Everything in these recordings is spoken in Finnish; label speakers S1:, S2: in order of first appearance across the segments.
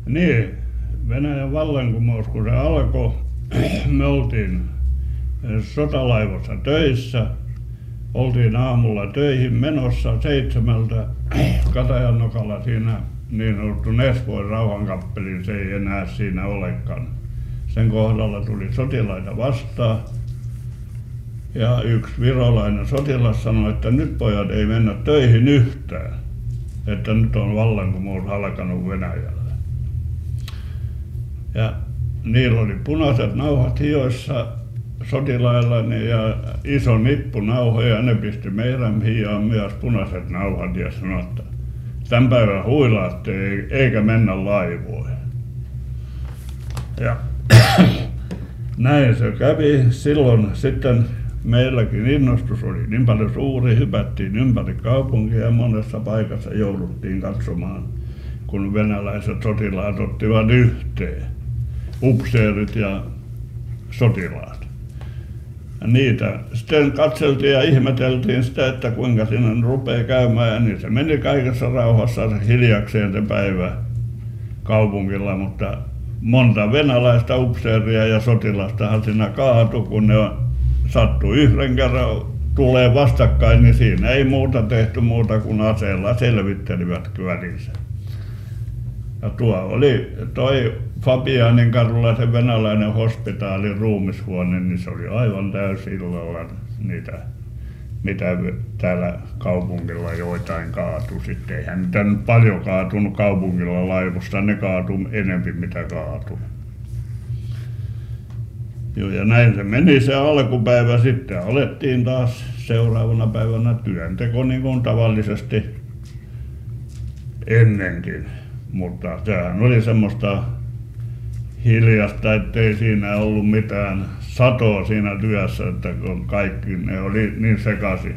S1: Niin, Venäjän vallankumous kun se alkoi, me oltiin sotalaivossa töissä. Oltiin aamulla töihin menossa 7 Katajanokalla siinä niin sanottu Nesvoin rauhankappelin, se ei enää siinä olekaan. Sen kohdalla tuli sotilaita vastaan ja yksi virolainen sotilas sanoi, että nyt pojat ei mennä töihin yhtään, että nyt on vallankumous alkanut Venäjällä. Ja niillä oli punaiset nauhat hioissa sotilailla ja iso nippu nauhoja ja ne pisti meidän hioon myös punaiset nauhat ja sanoi, että tämän päivän huilaatte eikä mennä laivoihin. Ja näin se kävi. Silloin sitten meilläkin innostus oli niin paljon suuri, hypättiin ympäri kaupunkia ja monessa paikassa jouduttiin katsomaan, kun venäläiset sotilaat ottivat yhteen, upseerit ja sotilaat. Ja niitä sitten katseltiin ja ihmeteltiin sitä, että kuinka siinä rupeaa käymään, ja niin se meni kaikessa rauhassa hiljakseen se päivä kaupungilla, mutta monta venäläistä upseeria ja sotilastahan siinä kaatui, kun ne sattui yhden kerran tulee vastakkain, niin siinä ei muuta tehty muuta kuin aseella selvittelivät välinsä. Ja tuo oli toi Fabianin kadulla se venäläinen hospitaalin ruumishuone, niin se oli aivan täysillalla niitä, mitä täällä kaupungilla joitain kaatui. Sitten eihän niitä nyt paljon kaatunut kaupungilla laivosta, ne kaatui enempi mitä kaatui. Joo, ja näin se meni se alkupäivä, sitten alettiin taas seuraavana päivänä työnteko niin kuin tavallisesti ennenkin. Mutta sehän oli semmoista hiljasta, ettei siinä ollut mitään satoa siinä työssä, että kun kaikki ne oli niin sekaisin.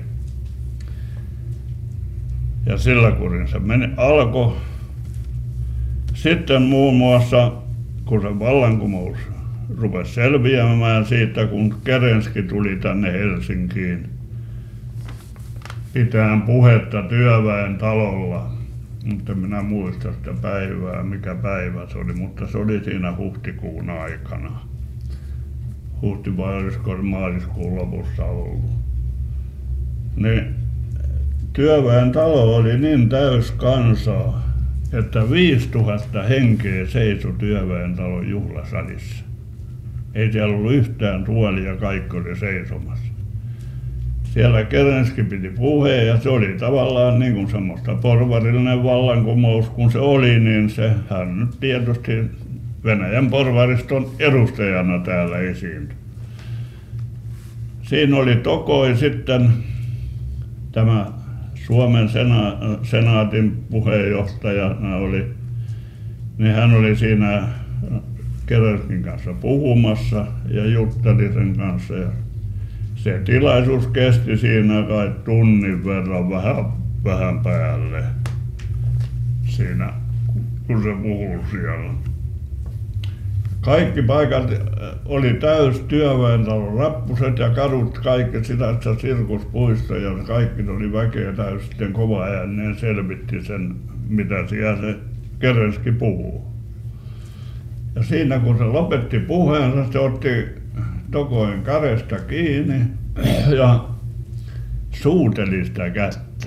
S1: Ja sillä kurin se alkoi. Sitten muun muassa, kun se vallankumous rupesi selviämään siitä, kun Kerenski tuli tänne Helsinkiin pitämään puhetta työväen talolla. Mutta minä muista sitä päivää, mikä päivä se oli, mutta se oli siinä huhtikuun aikana. Huhti vai olisiko maaliskuun lopussa ollut. Niin työväen talo oli niin täys kansaa, että 5000 henkeä seisoi työväen talon juhlasalissa. Ei siellä ollut yhtään tuolia, kaikki oli seisomassa. Siellä Kerenski piti puheen ja se oli tavallaan niin kuin semmoista porvarillinen vallankumous, kun se oli, niin hän nyt tietysti Venäjän porvariston edustajana täällä esiintyi. Siinä oli Tokoi sitten tämä Suomen senaatin puheenjohtajana oli, niin hän oli siinä Kerenskin kanssa puhumassa ja jutteli sen kanssa. Ja se tilaisuus kesti siinä kai tunnin verran vähän päälle siinä, kun se puhui siellä. Kaikki paikat oli täys työväentalon rappuset ja kadut, kaikki sitä sirkuspuisto ja kaikki oli väkeä täys. Sitten kova ääneen selvitti sen, mitä siellä se Kerenski puhuu. Ja siinä kun se lopetti puheensa, se otti Tokoin kädestä kiinni ja suuteli sitä kättä.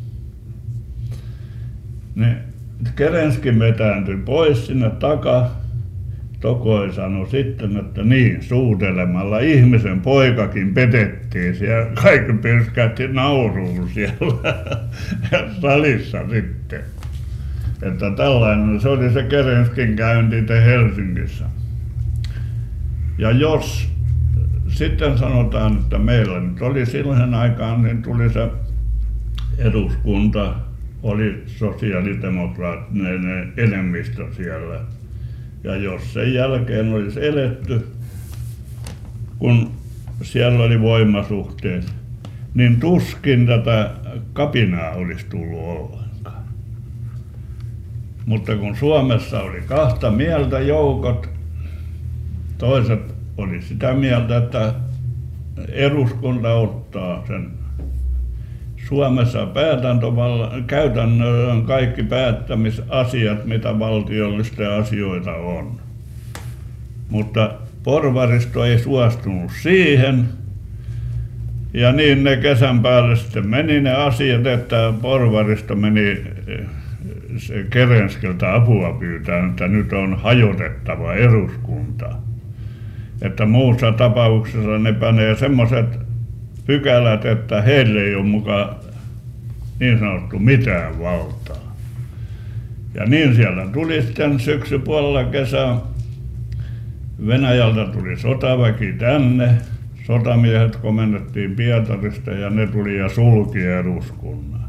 S1: Niin Kerenski metääntyi pois sinne takaa. Tokoi sanoi sitten, että niin, suutelemalla ihmisen poikakin petettiin siellä. Kaikki pyrskähti nauruun siellä salissa sitten. Että tällainen, se oli se Kerenskin käynti Helsingissä. Ja jos sitten sanotaan, että meillä nyt oli silloin aikaan, niin tuli se eduskunta, oli sosiaalidemokraattinen enemmistö siellä. Ja jos sen jälkeen olisi eletty, kun siellä oli voimasuhteet, niin tuskin tätä kapinaa olisi tullut ollenkaan. Mutta kun Suomessa oli kahta mieltä joukot, toiset oli sitä mieltä, että eduskunta ottaa sen Suomessa käytännössä on kaikki päättämisasiat, mitä valtiollisia asioita on. Mutta porvaristo ei suostunut siihen. Ja niin ne kesän päälle sitten meni ne asiat, että porvaristo meni Kerenskiltä apua pyytämään, että nyt on hajotettava eduskunta. Että muussa tapauksessa ne panee semmoiset pykälät, että heille ei ole mukaan niin sanottu mitään valtaa. Ja niin siellä tuli sitten syksypuolella kesä. Venäjältä tuli sotaväki tänne. Sotamiehet komennettiin Pietarista ja ne tuli ja sulki eduskunnan.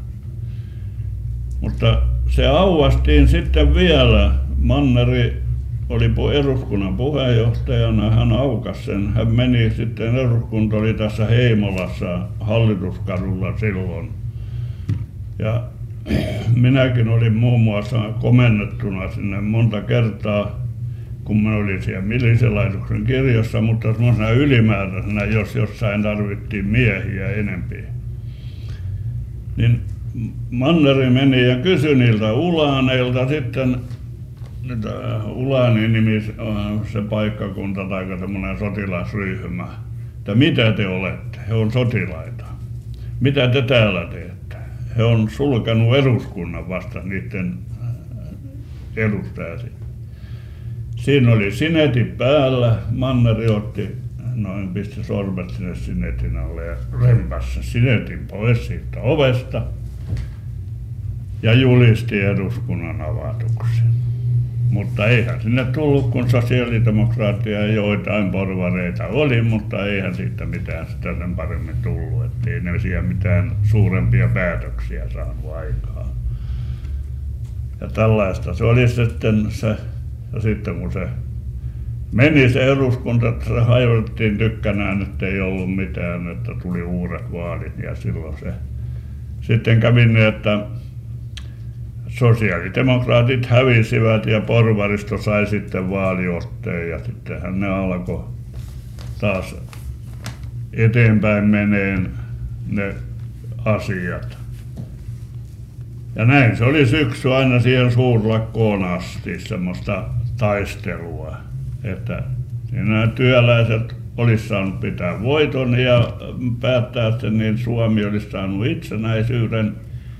S1: Mutta se auvastiin sitten vielä. Manneri oli eduskunnan puheenjohtajana, hän aukasi sen. Hän meni sitten, eduskunta oli tässä Heimolassa Hallituskadulla silloin. Ja minäkin olin muun muassa komennettuna sinne monta kertaa, kun mä olin siellä milisilaitoksen kirjossa, mutta semmoisena ylimääräisenä, jos jossain tarvittiin miehiä enempi. Niin Manneri meni ja kysyi niiltä ulaaneilta sitten, Ulaani nimi se paikkakunta tai semmoinen sotilasryhmä, että mitä te olette? He on sotilaita. Mitä te täällä teette? He on sulkenut eduskunnan vasta niiden edustajasi. Siinä oli sinetti päällä, Manneri otti, pisti sormet sinne sinetin alle ja rempasi sinetin pois siitä ovesta ja julisti eduskunnan avatuksi. Mutta eihän sinne tullut, kun sosiaalidemokraattia ja joitain porvareita oli, mutta eihän siitä mitään sitä sen paremmin tullut, ettei ne siellä mitään suurempia päätöksiä saanut aikaan. Ja tällaista se oli sitten se. Ja sitten kun se meni se eduskunta, että se hajotettiin tykkänään, että ei ollut mitään, että tuli uudet vaalit ja silloin se sitten kävi niin, että sosiaalidemokraatit hävisivät ja porvaristo sai sitten vaaliotteen ja sittenhän ne alkoi taas eteenpäin meneen ne asiat. Ja näin se oli syksy aina siihen suurlakkoon asti semmoista taistelua, että nämä työläiset olisi saanut pitää voiton ja päättää sen, niin Suomi olisi saanut itsenäisyyden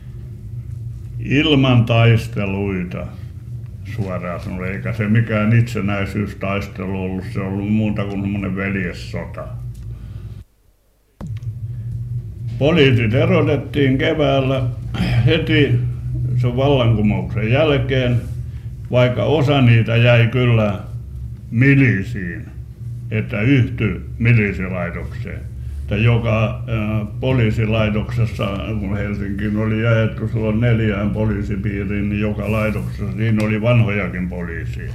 S1: ilman taisteluita suoraan sanoen, eikä se mikään itsenäisyystaistelu ollut, se on ollut muuta kuin semmoinen veljessota. Poliisit erotettiin keväällä heti sen vallankumouksen jälkeen, vaikka osa niitä jäi kyllä milisiin, että yhtyi milisilaitokseen. Että joka poliisilaitoksessa, kun Helsinkiin oli jaettu silloin 4 poliisipiiriin, niin joka laitoksessa siinä oli vanhojakin poliisia.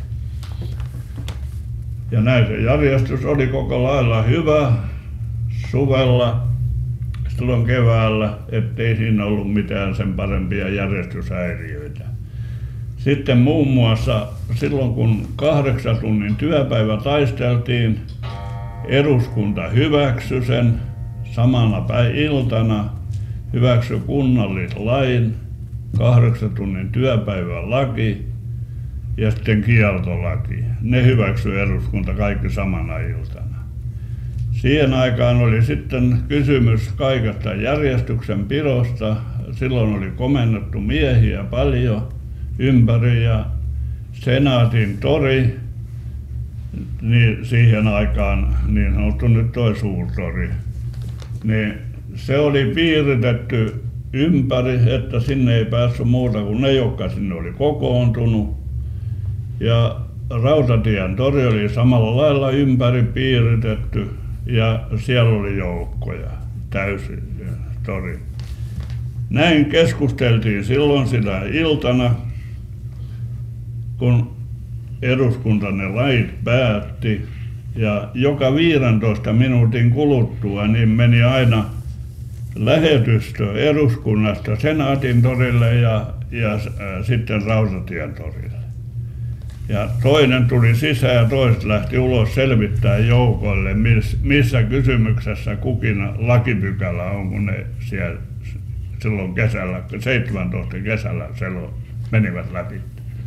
S1: Ja näin se järjestys oli koko lailla hyvä suvella, silloin keväällä, ettei siinä ollut mitään sen parempia järjestyshäiriöitä. Sitten muun muassa silloin, kun 8 tunnin työpäivä taisteltiin, eduskunta hyväksyi sen samana iltana, hyväksyi kunnallislain, 8 tunnin työpäivän laki ja sitten kieltolaki. Ne hyväksyi eduskunta kaikki samana iltana. Siihen aikaan oli sitten kysymys kaikesta järjestyksen pidosta. Silloin oli komennettu miehiä paljon ympäri ja Senaatin tori, niin siihen aikaan niin sanottu nyt toi Suurtori, niin se oli piiritetty ympäri, että sinne ei päässyt muuta kuin ne, jotka sinne oli kokoontunut. Ja Rautatien tori oli samalla lailla ympäri piiritetty ja siellä oli joukkoja, täysin tori. Näin keskusteltiin silloin sitä iltana, kun eduskunta ne lait päätti ja joka 15 minuutin kuluttua niin meni aina lähetystö eduskunnasta Senaatin torille ja sitten Rautatien torille. Ja toinen tuli sisään ja toiset lähti ulos selvittää joukoille, missä kysymyksessä kukin lakipykälä on, kun ne siellä silloin kesällä, 17 kesällä menivät läpi.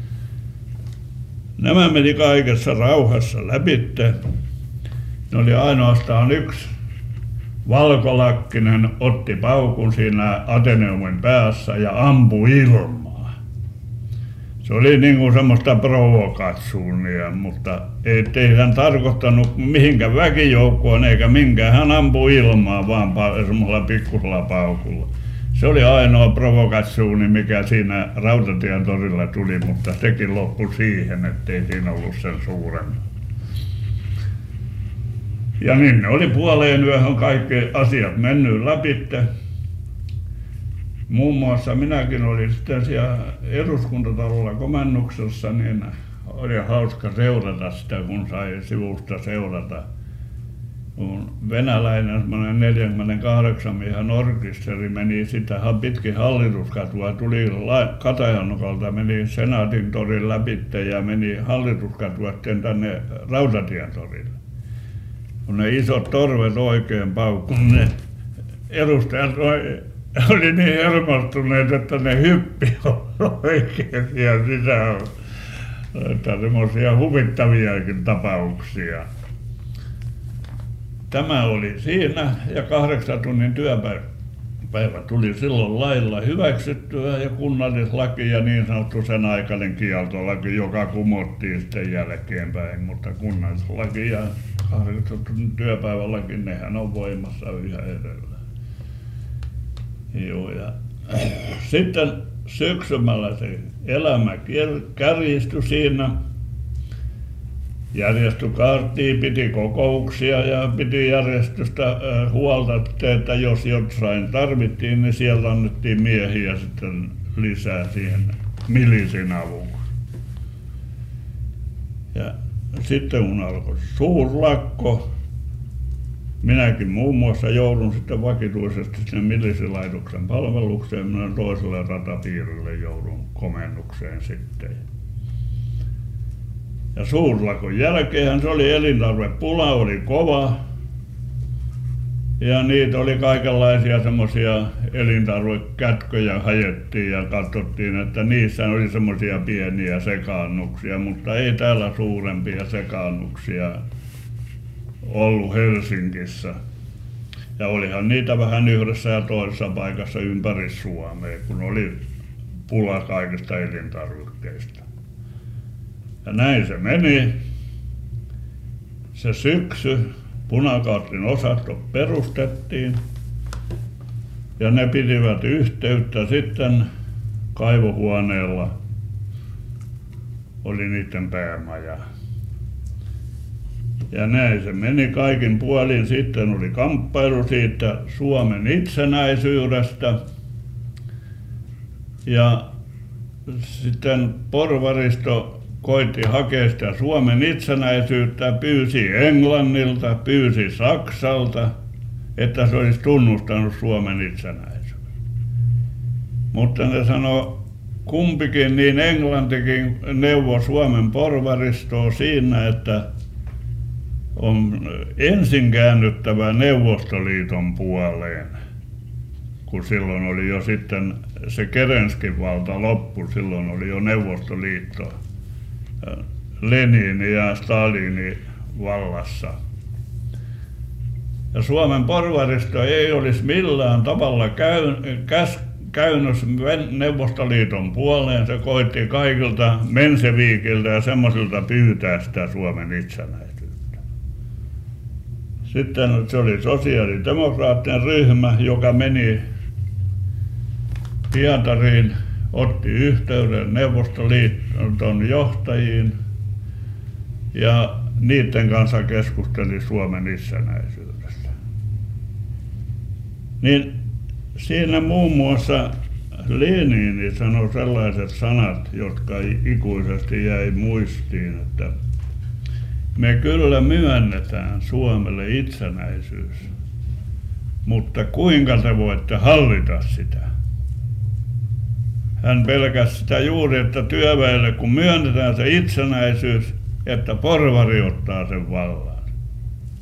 S1: Nämä meni kaikessa rauhassa läpitte. Ne oli ainoastaan yksi valkolakkinen otti paukun siinä Ateneumin päässä ja ampui ilmaa. Se oli niin kuin semmoista provokatsuunia, mutta ei hän tarkoittanut mihinkään väkijoukkoon eikä minkään. Hän ampui ilmaa vaan semmoisella pikkusella paukulla. Se oli ainoa provokatsuuni, mikä siinä Rautatien torilla tuli, mutta sekin loppui siihen, ettei siinä ollut sen suurempaa. Ja niin ne oli puoleen yöhön kaikki asiat mennyt läpitte. Muun muassa minäkin olin sitten siellä eduskuntatalolla komennuksessa, niin oli hauska seurata sitä, kun sai sivusta seurata. Kun venäläinen semmoinen 48 miehen orkesteri meni sitä pitkin Hallituskatua, tuli Katajanokalta, meni Senaatin torin läpitte ja meni Hallituskatua sitten tänne Rautatien torille. Kun ne isot torvet oikein paukkui, ne edustajat oli niin hermostuneet, että ne hyppi oikein siellä sisään. Että semmoisia huvittaviakin tapauksia. Tämä oli siinä ja 8 tunnin työpäivä tuli silloin lailla hyväksyttyä ja kunnallislaki ja niin sanottu sen aikainen kieltolaki, joka kumottiin sitten jälkeenpäin, mutta kunnallislaki ja 8 tunnin työpäivälläkin nehän on voimassa yhä edelleen. Joo, ja sitten syksymällä se elämä kärjistyi siinä. Järjestökaartiin piti kokouksia ja piti järjestystä huolta, että jos jotain tarvittiin, niin sieltä annettiin miehiä sitten lisää siihen milisin avuksi. Ja sitten kun alkoi suurlakko, minäkin muun muassa joudun sitten vakituisesti sinne milisilaitoksen palvelukseen, minä toiselle ratapiirille joudun komennukseen sitten. Ja suurlakon jälkeen se oli elintarvepula, oli kova ja niitä oli kaikenlaisia semmoisia elintarvekätköjä hajettiin ja katsottiin, että niissä oli semmoisia pieniä sekaannuksia, mutta ei täällä suurempia sekaannuksia ollut Helsingissä. Ja olihan niitä vähän yhdessä ja toisessa paikassa ympäri Suomea, kun oli pula kaikista elintarvikkeista. Ja näin se meni. Se syksy punakaartin osastot perustettiin ja ne pitivät yhteyttä sitten kaivohuoneella. Oli niiden päämaja. Ja näin se meni kaikin puolin. Sitten oli kamppailu siitä Suomen itsenäisyydestä. Ja sitten porvaristo koitti hakea sitä Suomen itsenäisyyttä, pyysi Englannilta, pyysi Saksalta, että se olisi tunnustanut Suomen itsenäisyyden. Mutta ne sanoi kumpikin, niin Englantikin neuvoi Suomen porvaristoa siinä, että on ensin käännyttävä Neuvostoliiton puoleen, kun silloin oli jo sitten se Kerenskin valta loppu, silloin oli jo Neuvostoliitto, Lenin ja Stalin vallassa. Ja Suomen porvaristo ei olisi millään tavalla käynyt Neuvostoliiton puoleen, se koitti kaikilta Mensevikiltä ja semmoisilta pyytää sitä Suomen itsenäisyyttä. Sitten se oli sosiaalidemokraattinen ryhmä, joka meni Pietariin, otti yhteyden Neuvostoliiton johtajiin ja niiden kanssa keskusteli Suomen itsenäisyydestä. Niin siinä muun muassa Lenin sanoi sellaiset sanat, jotka ikuisesti jäi muistiin, että me kyllä myönnetään Suomelle itsenäisyys, mutta kuinka te voitte hallita sitä? Hän pelkäsi sitä juuri, että työväelle kun myönnetään se itsenäisyys, että porvari ottaa sen vallan.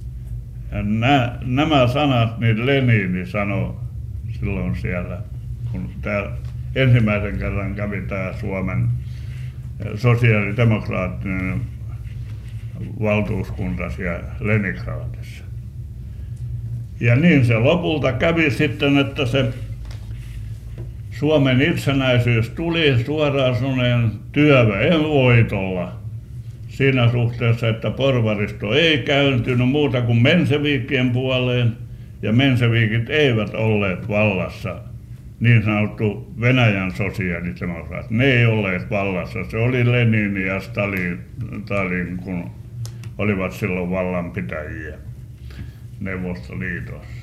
S1: Ja nämä sanat niin Lenin sanoi silloin siellä, kun tämä ensimmäisen kerran kävi tämä Suomen sosiaalidemokraattinen valtuuskunta siellä Leningradissa. Ja niin se lopulta kävi sitten, että se Suomen itsenäisyys tuli suoraan sanoen työväenvoitolla siinä suhteessa, että porvaristo ei kääntynyt muuta kuin menseviikkien puoleen, ja menseviikit eivät olleet vallassa, niin sanottu Venäjän sosiaalidemokraat. Ne ei olleet vallassa, se oli Lenin ja Stalin, kun olivat silloin vallanpitäjiä Neuvostoliitossa.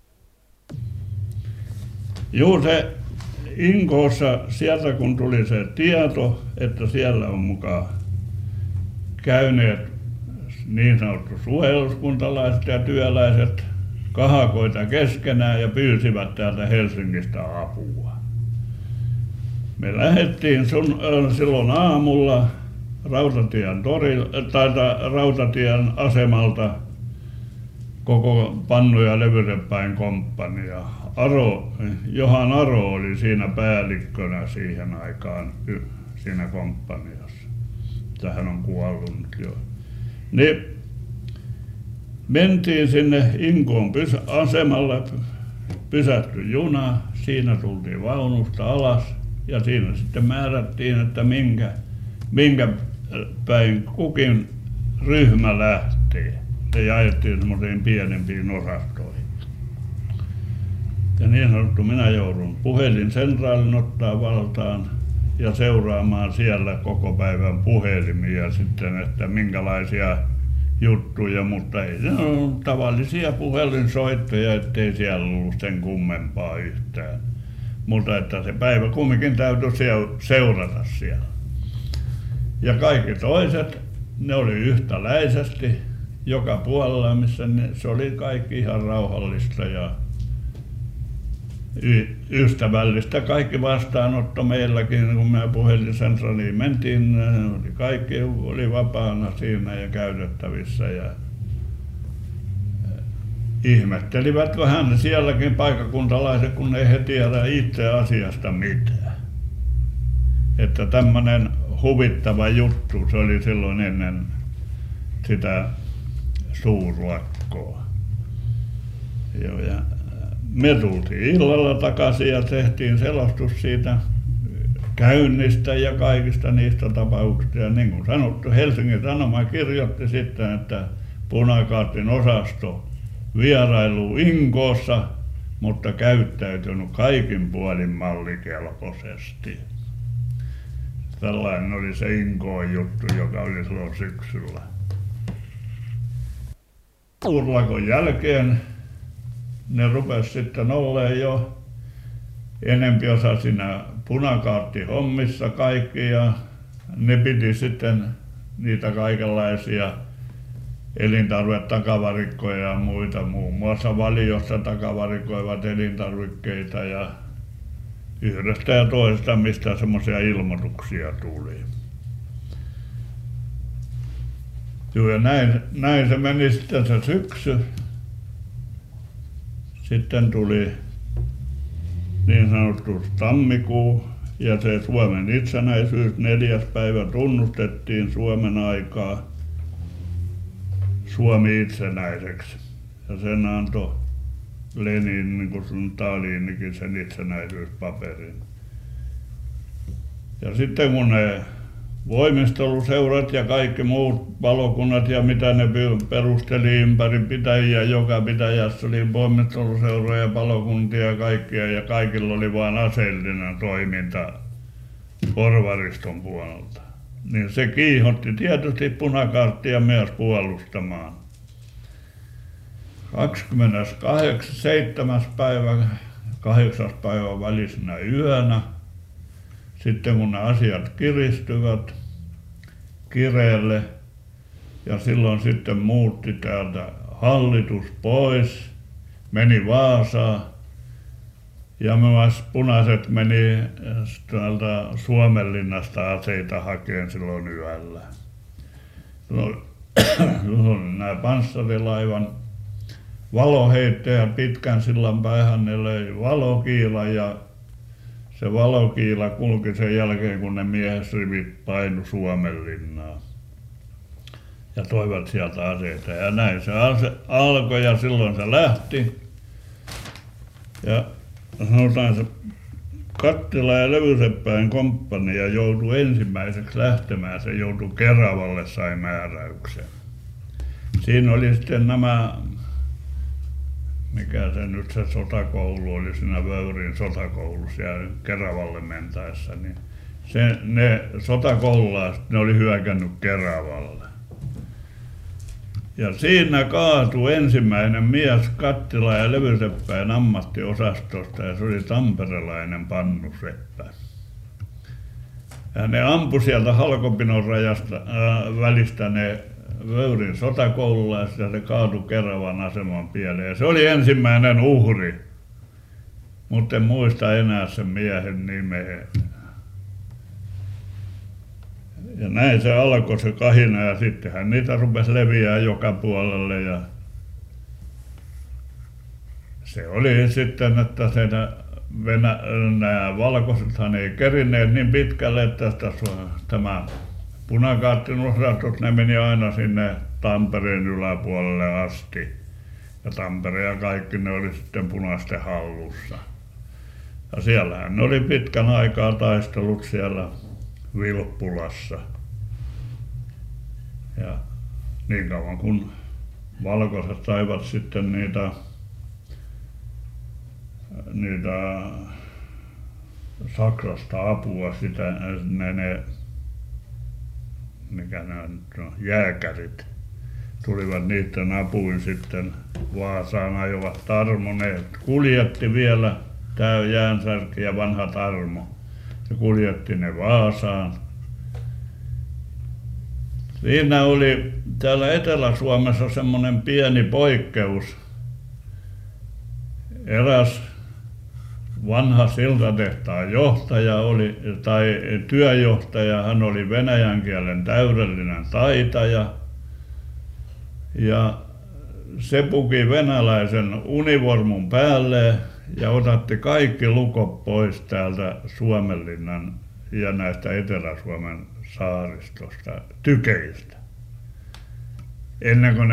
S1: Juu, se Inkoossa, sieltä kun tuli se tieto, että siellä on mukaan käyneet niin sanottu suojeluskuntalaiset ja työläiset kahakoita keskenään ja pyysivät täältä Helsingistä apua. Me lähdettiin silloin aamulla Rautatien asemalta koko Pannu ja Levyrepäin komppania. Johan Aro oli siinä päällikkönä siihen aikaan siinä komppaniassa. Hän on kuollut nyt jo. Niin mentiin sinne Inkoon asemalle, pysähtyi juna, siinä tultiin vaunusta alas ja siinä sitten määrättiin, että minkä päin kukin ryhmä lähtee. Se jaettiin semmoisiin pienempiin osastoihin. Ja niin sanottu, minä joudun puhelinsentraalin ottaa valtaan ja seuraamaan siellä koko päivän puhelimia sitten, että minkälaisia juttuja, mutta ei ne ole tavallisia puhelinsoittoja, ettei siellä ollut sen kummempaa yhtään. Mutta että se päivä kumminkin täytyy seurata siellä. Ja kaikki toiset, ne oli yhtäläisesti joka puolella, missä se oli kaikki ihan rauhallista ja ystävällistä. Kaikki vastaanotto meilläkin, kun me puhelinsentraliin mentiin, kaikki oli vapaana siinä ja käytettävissä. Ja ihmettelivät vähän sielläkin paikkakuntalaiset, kun ei he tiedä itse asiasta mitään. Että tämmöinen huvittava juttu, se oli silloin ennen sitä suurlakkoa. Ja me tultiin illalla takaisin ja tehtiin selostus siitä käynnistä ja kaikista niistä tapauksista. Ja niin kuin sanottu, Helsingin Sanoma kirjoitti sitten, että punakaartin osasto vierailu Inkoossa, mutta käyttäytynyt kaikin puolin mallikelpoisesti. Tällainen oli se Inkoon juttu, joka oli silloin syksyllä. Suurlakon jälkeen ne rupesi sitten olleen jo enempi osa siinä punakaarttihommissa kaikki ja ne piti sitten niitä kaikenlaisia elintarvetakavarikkoja ja muita, muun muassa Valiossa takavarikoivat elintarvikkeita ja yhdestä ja toisesta, mistä semmoisia ilmoituksia tuli. Joo, ja näin se meni sitten se syksy. Sitten tuli niin sanottu tammikuu ja se Suomen itsenäisyys 4. päivä tunnustettiin Suomen aikaa Suomi itsenäiseksi. Ja sen antoi Lenin, niin kuin Stalinikin, sen itsenäisyyspaperin. Ja sitten kun ne voimisteluseurat ja kaikki muut palokunnat ja mitä ne perusteli ympäri pitäjiä, joka pitäjässä oli voimisteluseuroja, palokuntia ja kaikkia, ja kaikilla oli vain aseellinen toiminta porvariston puolelta. Niin se kiihotti tietysti punakaarttia myös puolustamaan. 27. päivä, 8. päivän välisenä yönä, sitten kun ne asiat kiristyvät kireelle ja silloin sitten muutti täältä hallitus pois, meni Vaasaan ja myös punaiset meni täältä Suomenlinnasta aseita hakeen silloin yöllä. Nämä panssarilaivan valoheittäjät pitkän sillan päähän, ne löi valokiila ja se valokiila kulki sen jälkeen, kun ne miehesrivit painu Suomenlinnaan ja toivat sieltä aseita. Ja näin se alkoi ja silloin se lähti. Ja sanotaan se Kattila ja Levyseppäin komppania joutui ensimmäiseksi lähtemään. Se joutui Keravalle, sai määräyksen. Siinä oli sitten nämä, mikä se nyt se sotakoulu oli siinä Vöyrin sotakoulussa ja Keravalle mentäessä, niin ne sotakoululaiset, ne oli hyökännyt Keravalle. Ja siinä kaatui ensimmäinen mies Kattila ja Levyseppäin ammattiosastosta ja se oli tamperelainen Pannuseppä. Ja ne ampui sieltä Halkopinon rajasta välistä ne Vöyrin sotakoululaiset ja se kaatui Keravan aseman pieleen. Ja se oli ensimmäinen uhri, mutta en muista enää sen miehen nimeä. Ja näin se alkoi se kahina ja sittenhän niitä rupesi leviää joka puolelle ja se oli sitten, että nämä valkoisethan ei kerinneet niin pitkälle, että tämä punakaartin osastot, ne meni aina sinne Tampereen yläpuolelle asti. Ja Tampere ja kaikki ne oli sitten punaisten hallussa. Ja siellähän ne oli pitkän aikaa taistelut siellä Vilppulassa. Ja niin kauan kun valkoiset saivat sitten niitä Saksasta apua, mikä ne on, jääkärit tulivat niiden apuin sitten Vaasaan, ajoivat Tarmo, ne kuljetti vielä, tämä Jäänsärki ja vanha Tarmo, se kuljetti ne Vaasaan. Siinä oli täällä Etelä-Suomessa semmoinen pieni poikkeus. Eräs vanha siltatehtaan johtaja tai työjohtaja, hän oli venäjän kielen täydellinen taitaja ja se puki venäläisen univormun päälle ja otatti kaikki lukot pois täältä Suomenlinnan ja näistä Etelä-Suomen saaristosta, tykeistä. Ennen kuin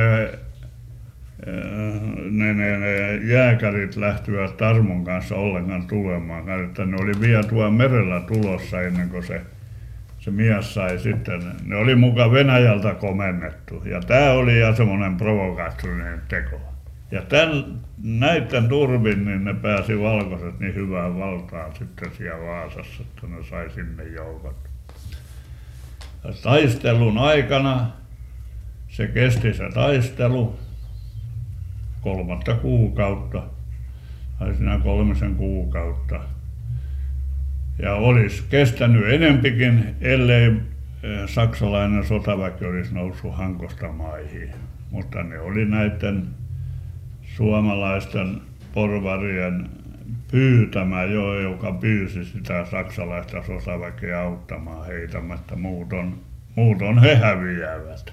S1: ne jääkärit lähtivät Tarmon kanssa ollenkaan tulemaan, että ne oli vielä tuolla merellä tulossa ennen kuin se mies sai sitten, ne oli muka Venäjältä komennettu. Ja tämä oli ja semmoinen provokaattinen teko. Ja näiden turvin niin ne pääsi valkoiset niin hyvään valtaan sitten siellä Vaasassa, että ne sai sinne joukot. Ja taistelun aikana se kesti se taistelu 3 kuukautta, tai siinä 3 kuukautta. Ja olisi kestänyt enempikin, ellei saksalainen sotaväki olisi noussut Hankosta maihin. Mutta ne oli näiden suomalaisten porvarien pyytämä joka pyysi sitä saksalaista sotaväkeä auttamaan heitämättä, muuton he häviävät.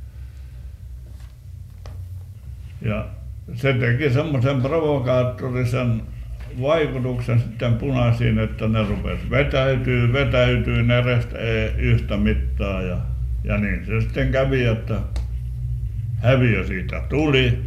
S1: Ja se teki semmoisen provokaattorisen vaikutuksen sitten punaisiin, että ne rupesi vetäytyy nerestä yhtä mittaa ja niin se sitten kävi, että häviö siitä tuli.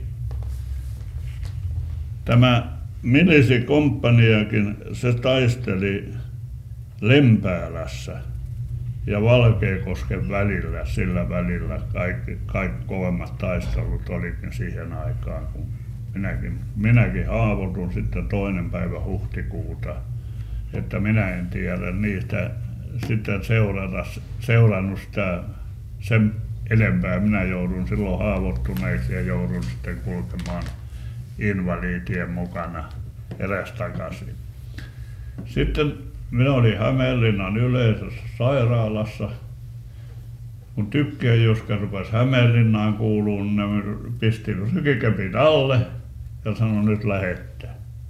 S1: Tämä milisikomppaniakin, se taisteli Lempäälässä ja Valkeakosken välillä, sillä välillä kaikki kovemmat taistelut olikin siihen aikaan, kun minäkin haavoitun sitten 2. päivä huhtikuuta, että minä en tiedä niistä sitten seurannut sitä sen enempää. Minä joudun silloin haavoittuneeksi ja joudun sitten kulkemaan invalidien mukana edestakaisin. Sitten minä olin Hämeenlinnan yleisessä sairaalassa. Kun Tykkien Juska rupesi Hämeenlinnaan kuuluun, ne pisti sykikepit alle ja sanoi nyt lähette.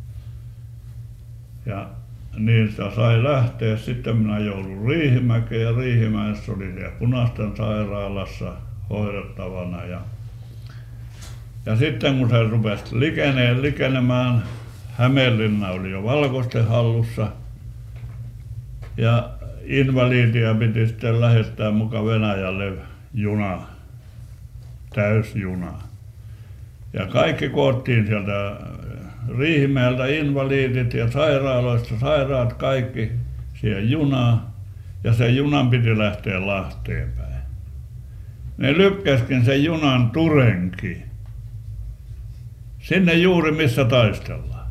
S1: Ja niin sitä sai lähteä. Sitten minä joudun Riihimäkeen ja Riihimäessä oli siellä Punaisten sairaalassa hoidettavana. Ja sitten kun se rupesi likenemään, Hämeenlinna oli jo valkoisten hallussa Ja invalidia piti sitten lähettää muka Venäjälle juna, täysjuna. Ja kaikki koottiin sieltä Riihimäeltä invalidit ja sairaaloista sairaat kaikki siihen junaan. Ja sen junan piti lähteä Lahteen päin. Ne lykkäskin sen junan Turenkiin. Sinne juuri missä taistellaan.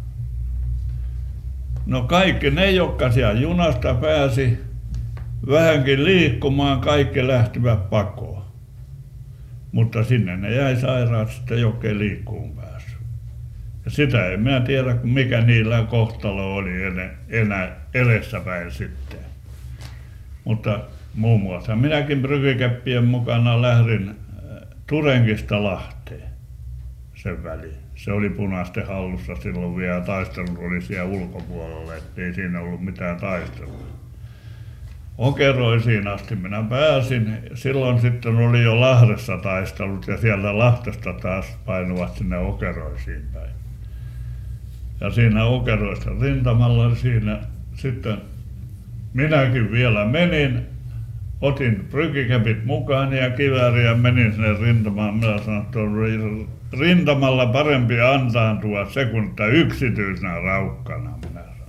S1: No kaikki ne, jotka siellä junasta pääsi vähänkin liikkumaan, kaikki lähtivät pakoon. Mutta sinne ne jäi sairaat sitten, jotka ei liikkuun päässyt. Ja sitä en minä tiedä, mikä niillä kohtalo oli enää edessäpäin sitten. Mutta muun muassa minäkin prykykeppien mukana lähdin Turenkista Lahteen sen väliin. Se oli punaisten hallussa silloin vielä, taistelut oli siellä ulkopuolella, ettei siinä ollut mitään taistelua. Okeroisiin asti minä pääsin. Silloin sitten oli jo Lahdessa taistelut ja sieltä Lahtesta taas painuvat sinne Okeroisiin päin. Ja siinä Okeroista rintamalla siinä sitten minäkin vielä menin, otin prykikepit mukaan ja kivääri ja menin sinne rintamaan. Minä sanoin, että on rintamalla parempi antaantua se kuin yksityisenä raukkana, minä sanoin.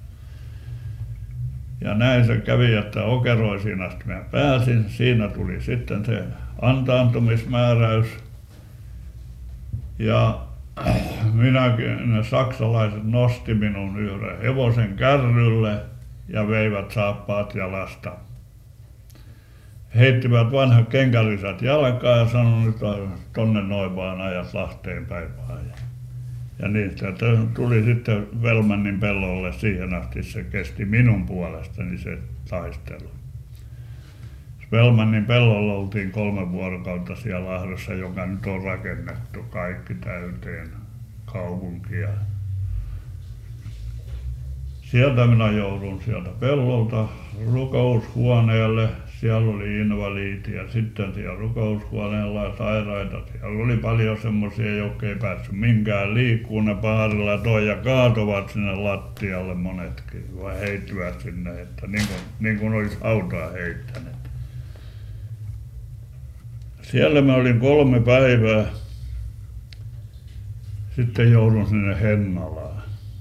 S1: Ja näin se kävi, että Okeroisiin asti minä pääsin. Siinä tuli sitten se antaantumismääräys. Ja minäkin, ne saksalaiset nosti minun yhden hevosen kärrylle ja veivät saappaat jalasta. Heittivät vanhat kenkärisät jalkaan ja sanoi, että tonne noin vaan ajat Lahteen päin vaan. Ja niin se tuli sitten Velmannin pellolle, siihen asti se kesti minun puolestani se taistelu. Velmannin pellolla oltiin 3 vuorokautta siellä Lahdessa, joka nyt on rakennettu kaikki täyteen kaupunkia. Sieltä minä joudun sieltä pellolta rukoushuoneelle. Siellä oli invaliidi ja sitten siellä rukoushuoneella sairaita. Siellä oli paljon semmoisia, jotka ei päässyt minkään liikkuun. Ne paharilla toi ja kaatovat sinne lattialle monetkin. Vai heittivät sinne, että niin kuin olisi hautaa heittäneet. Siellä mä olin 3 päivää. Sitten joudun sinne Hennalaan.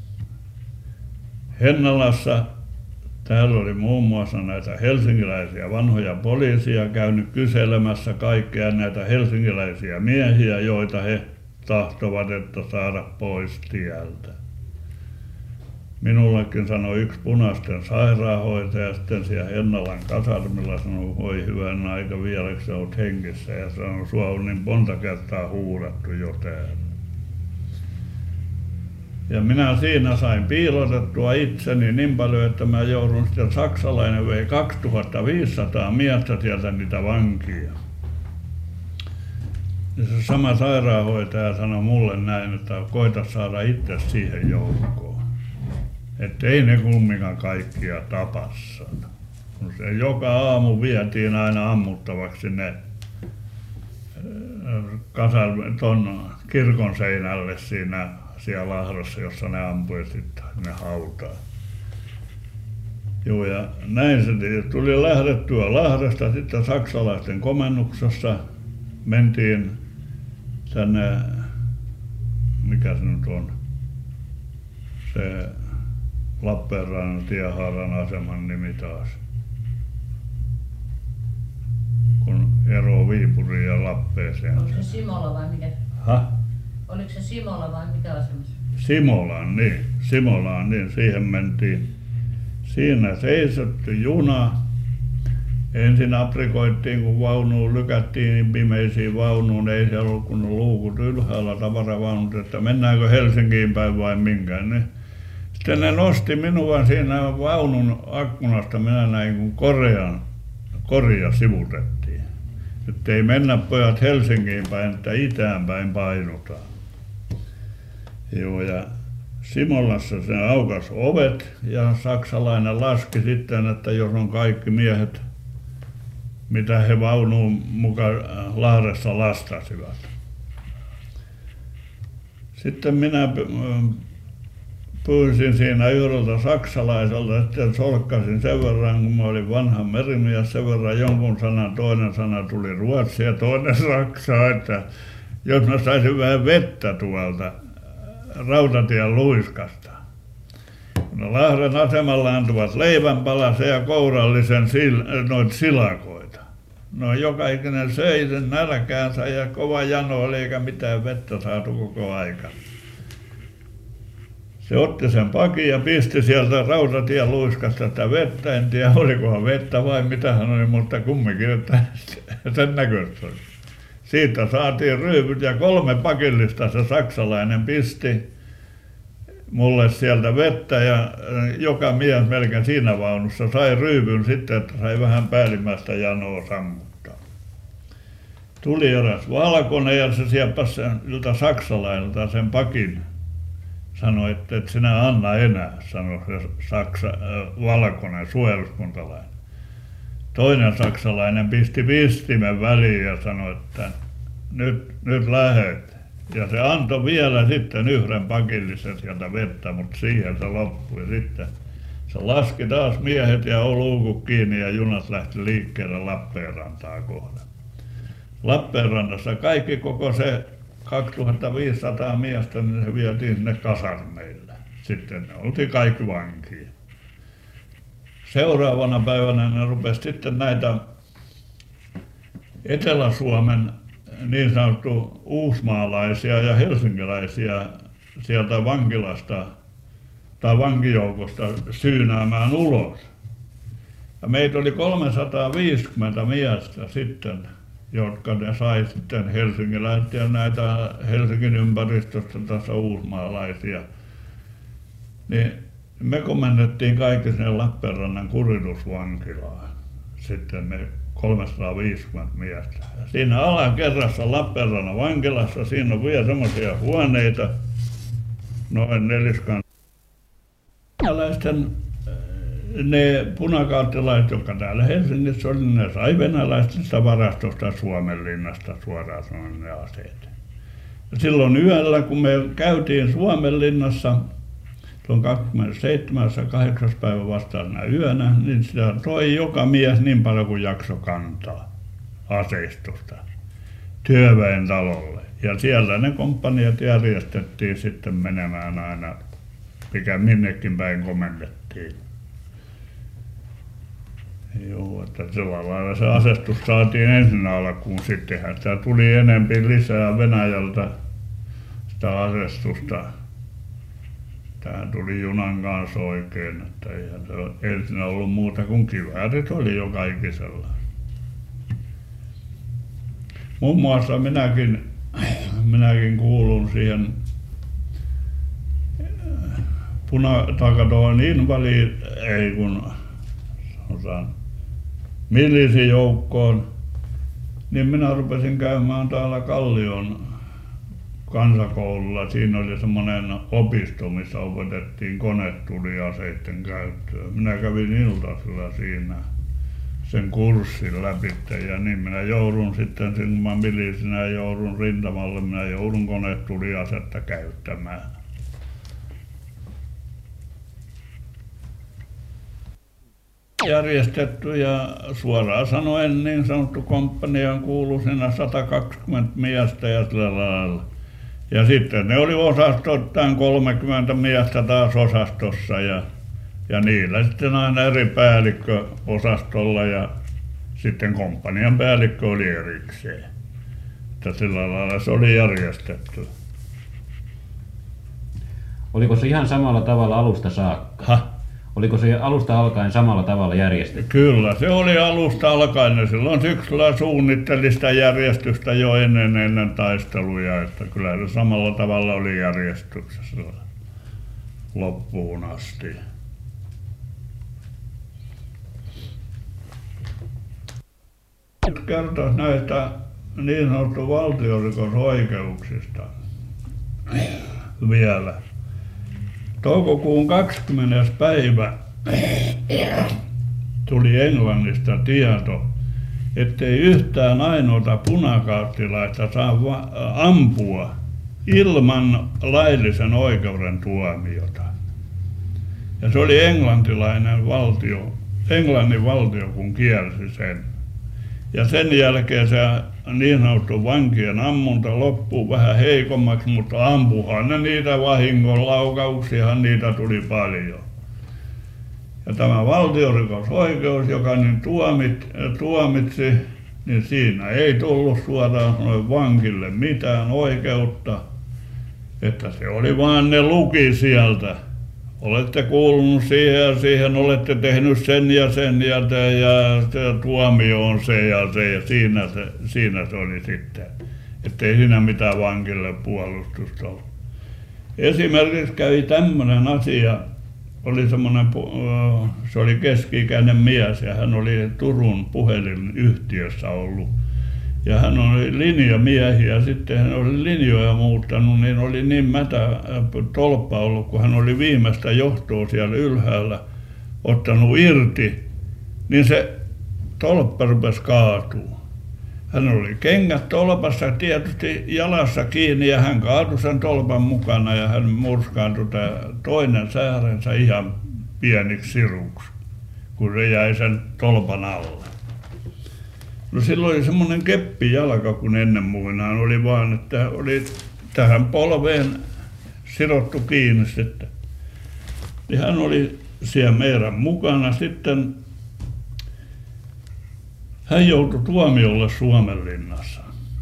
S1: Hennalassa täällä oli muun muassa näitä helsinkiläisiä vanhoja poliisia käynyt kyselemässä kaikkia näitä helsinkiläisiä miehiä, joita he tahtovat, että saada pois tieltä. Minullekin sanoi yksi punaisten sairaanhoitaja sitten siellä Hennalan kasarmilla, sanoi, voi hyvän aika, vieläkö sä oot hengissä, ja sanoi, sua on niin monta kertaa huudattu jo täällä. Ja minä siinä sain piilotettua itseni niin paljon, että mä joudun sitten, saksalainen vei 2500 miestä sieltä niitä vankia. Ja se sama sairaanhoitaja sanoi mulle näin, että koita saada itse siihen joukkoon. Että ei ne kumminkaan kaikkia tapassa. Kun se joka aamu vietiin aina ammuttavaksi sinne ton kirkon seinälle siinä siellä Lahdossa, jossa ne ampui sitten ne hautaan. Joo, ja näin se tuli lähdettyä Lahdesta sitten saksalaisten komennuksessa. Mentiin tänne, mikä se nyt on, se Lappeenrannan Tiehaaran aseman nimi taas. Kun ero Viipuriin ja Lappeeseen.
S2: Onko se Simola vai mikä? Oliko se Simola vai mikä asemassa?
S1: Simolaan, niin siihen mentiin. Siinä seisotti juna. Ensin aprikoittiin, kun vaunuun lykättiin niin pimeisiin vaunuun. Ei siellä ollut kun luukut ylhäällä, tavaravaunut, että mennäänkö Helsinkiin päin vai minkään. Niin sitten ne nosti minua siinä vaunun akkunasta. Minä näin, kun koria sivutettiin. Että ei mennä pojat Helsinkiin päin, että itään päin painutaan. Joo, ja Simolassa se aukas ovet ja saksalainen laski sitten, että jos on kaikki miehet, mitä he vaunuun mukaan Lahdessa lastasivat. Sitten minä pyysin siinä yhdeltä saksalaiselta, sitten solkkasin sen verran, kun mä olin vanha merimies, sen verran jonkun sanan, toinen sana tuli ruotsia ja toinen saksaa, että jos mä saisin vähän vettä tuolta rautatien luiskasta. No Lahden asemalla antuvat leivänpalasen ja kourallisen noita silakoita. No joka ikinen söi sen nälkäänsä ja kova jano oli eikä mitään vettä saatu koko aika. Se otti sen pakin ja pisti sieltä rautatien luiskasta sitä vettä. En tiedä olikohan vettä vai mitä hän oli, mutta kumminkin että sen näköistä oli. Siitä saatiin ryypyt ja 3 pakillista se saksalainen pisti mulle sieltä vettä ja joka mies melkein siinä vaunussa sai ryypyn sitten, että sai vähän päällimmäistä janoa sammuttaa. Tuli eräs valkoinen ja se sieppasi siltä saksalaiselta sen pakin. Sanoi, että et sinä anna enää, sanoi se valkoinen suojeluskuntalainen. Toinen saksalainen pisti pistimen väliin ja sanoi, että nyt lähet. Ja se antoi vielä sitten 1 pakillisen sieltä vettä, mutta siihen se loppui. Sitten se laski taas miehet ja luukut kiinni ja junat lähti liikkeelle Lappeenrantaa kohden. Lappeenrannassa kaikki koko se 2500 miestä, niin se vietiin sinne kasarmeille. Sitten ne oltiin kaikki vankia. Seuraavana päivänä ne rupesi sitten näitä Etelä-Suomen niin sanottu uusmaalaisia ja helsinkiläisiä sieltä vankilasta tai vankijoukosta syynäämään ulos. Ja meitä oli 350 miestä sitten, jotka ne sai sitten helsinkiläisiä ja näitä Helsingin ympäristöstä tässä uusmaalaisia. Niin me komennettiin kaikki sinne Lappeenrannan kuritusvankilaan. Sitten me 350 miestä. Ja siinä alakerrassa Lappeenrannan vankilassa, siinä on vielä semmoisia huoneita, noin 4. Ne punakaartilaiset, jotka täällä Helsingissä oli, ne sai venäläisestä varastosta Suomenlinnasta suoraan sanoen ne aseet. Ja silloin yöllä, kun me käytiin Suomenlinnassa, tuon 27. ja 8. päivä vastaisena yönä, niin sitä toi joka mies niin paljon kuin jakso kantaa aseistusta työväen talolle. Ja siellä ne komppaniat järjestettiin sitten menemään aina, mikä minnekin päin komennettiin. Joo, että sillä lailla se aseistus saatiin ensin alkuun, sittenhän sitä tuli enempi lisää Venäjältä sitä aseistusta. Tähän tuli junan kanssa oikein, että eihän se ensin ollut muuta kuin kiväärit oli jo kaikisella. Muun muassa minäkin kuulun siihen milisijoukkoon, niin minä rupesin käymään täällä Kallion kansakoululla. Siinä oli semmoinen opisto, missä opetettiin konetuliaseiden käyttöön. Minä kävin iltasilla siinä sen kurssin läpi ja niin minä joudun sitten, kun mä milisinä joudun rintamalle, minä joudun konetuliasetta käyttämään. Järjestetty ja suoraan sanoen niin sanottu komppaniaan kuului siinä 120 miestä ja sillä lailla. Ja sitten ne oli osastottaan 30 miestä taas osastossa ja niillä sitten aina eri päällikkö osastolla ja sitten komppanian päällikkö oli erikseen. Että sillä lailla se oli järjestetty.
S3: Oliko se ihan samalla tavalla alusta saakka? Oliko se alusta alkaen samalla tavalla järjestetty?
S1: Kyllä, se oli alusta alkaen. Silloin syksyllä suunnitteli sitä järjestystä jo ennen taisteluja, että kyllä se samalla tavalla oli järjestyksessä loppuun asti. Nyt kertoisi näistä niin sanottu valtiorikosoikeuksista vielä. Toukokuun 20. päivä tuli Englannista tieto, ettei yhtään ainoata punakaartilaista saa ampua ilman laillisen oikeuden tuomiota. Ja se oli englantilainen valtio, Englannin valtio, kun kielsi sen. Ja sen jälkeen se niin sanottu vankien ammunta loppuu vähän heikommaksi, mutta ampuhan ne niitä vahingonlaukauksiahan niitä tuli paljon. Ja tämä valtiorikosoikeus, joka niin tuomitsi, niin siinä ei tullut suoraan sanoen vankille mitään oikeutta, että se oli vaan ne luki sieltä. Olette kuulunut siihen ja siihen, olette tehnyt sen ja se tuomio on se ja se, ja siinä se oli sitten. Että ei siinä mitään vankille puolustusta ollut. Esimerkiksi kävi tämmöinen asia, oli semmoinen, se oli keski-ikäinen mies ja hän oli Turun puhelinyhtiössä ollut. Ja hän oli linjamiehi ja sitten hän oli linjoja muuttanut, niin oli niin mätä tolppa ollut, kun hän oli viimeistä johtoa siellä ylhäällä ottanut irti, niin se tolppa rupesi kaatua. Hän oli kengät tolpassa tietysti jalassa kiinni ja hän kaatui sen tolpan mukana ja hän murskaantui toinen säärensä ihan pieniksi siruksi, kun se jäi sen tolpan alle. No silloin oli semmoinen keppijalka, kun ennen muinaan oli vaan, että oli tähän polveen sidottu kiinni sitten. Niin hän oli siellä meidän mukana sitten. Hän joutui tuomiolle Suomenlinnassa.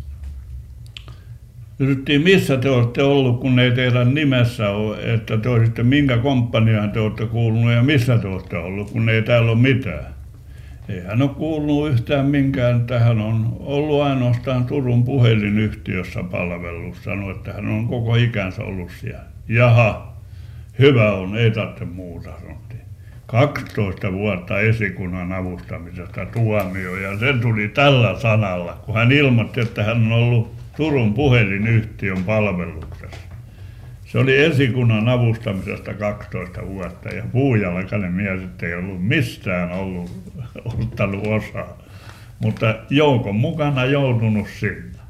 S1: Kysyttiin, missä te olette ollut, kun ei teidän nimessä ole, että te olisitte minkä komppaniaan te olette kuulunut ja missä te olette ollut, kun ei täällä ole mitään. Ei hän ole kuulunut yhtään minkään, että hän on ollut ainoastaan Turun puhelinyhtiössä palvellut. Sanoi, että hän on koko ikänsä ollut siellä. Jaha, hyvä on, ei tarvitse muuta, sanottiin. 12 vuotta esikunnan avustamisesta tuomio ja se tuli tällä sanalla, kun hän ilmoitti, että hän on ollut Turun puhelinyhtiön palveluksessa. Se oli esikunnan avustamisesta 12 vuotta ja puujalkainen mies ei ollut mistään ottanut osaa, mutta joukon mukana joutunut sinne.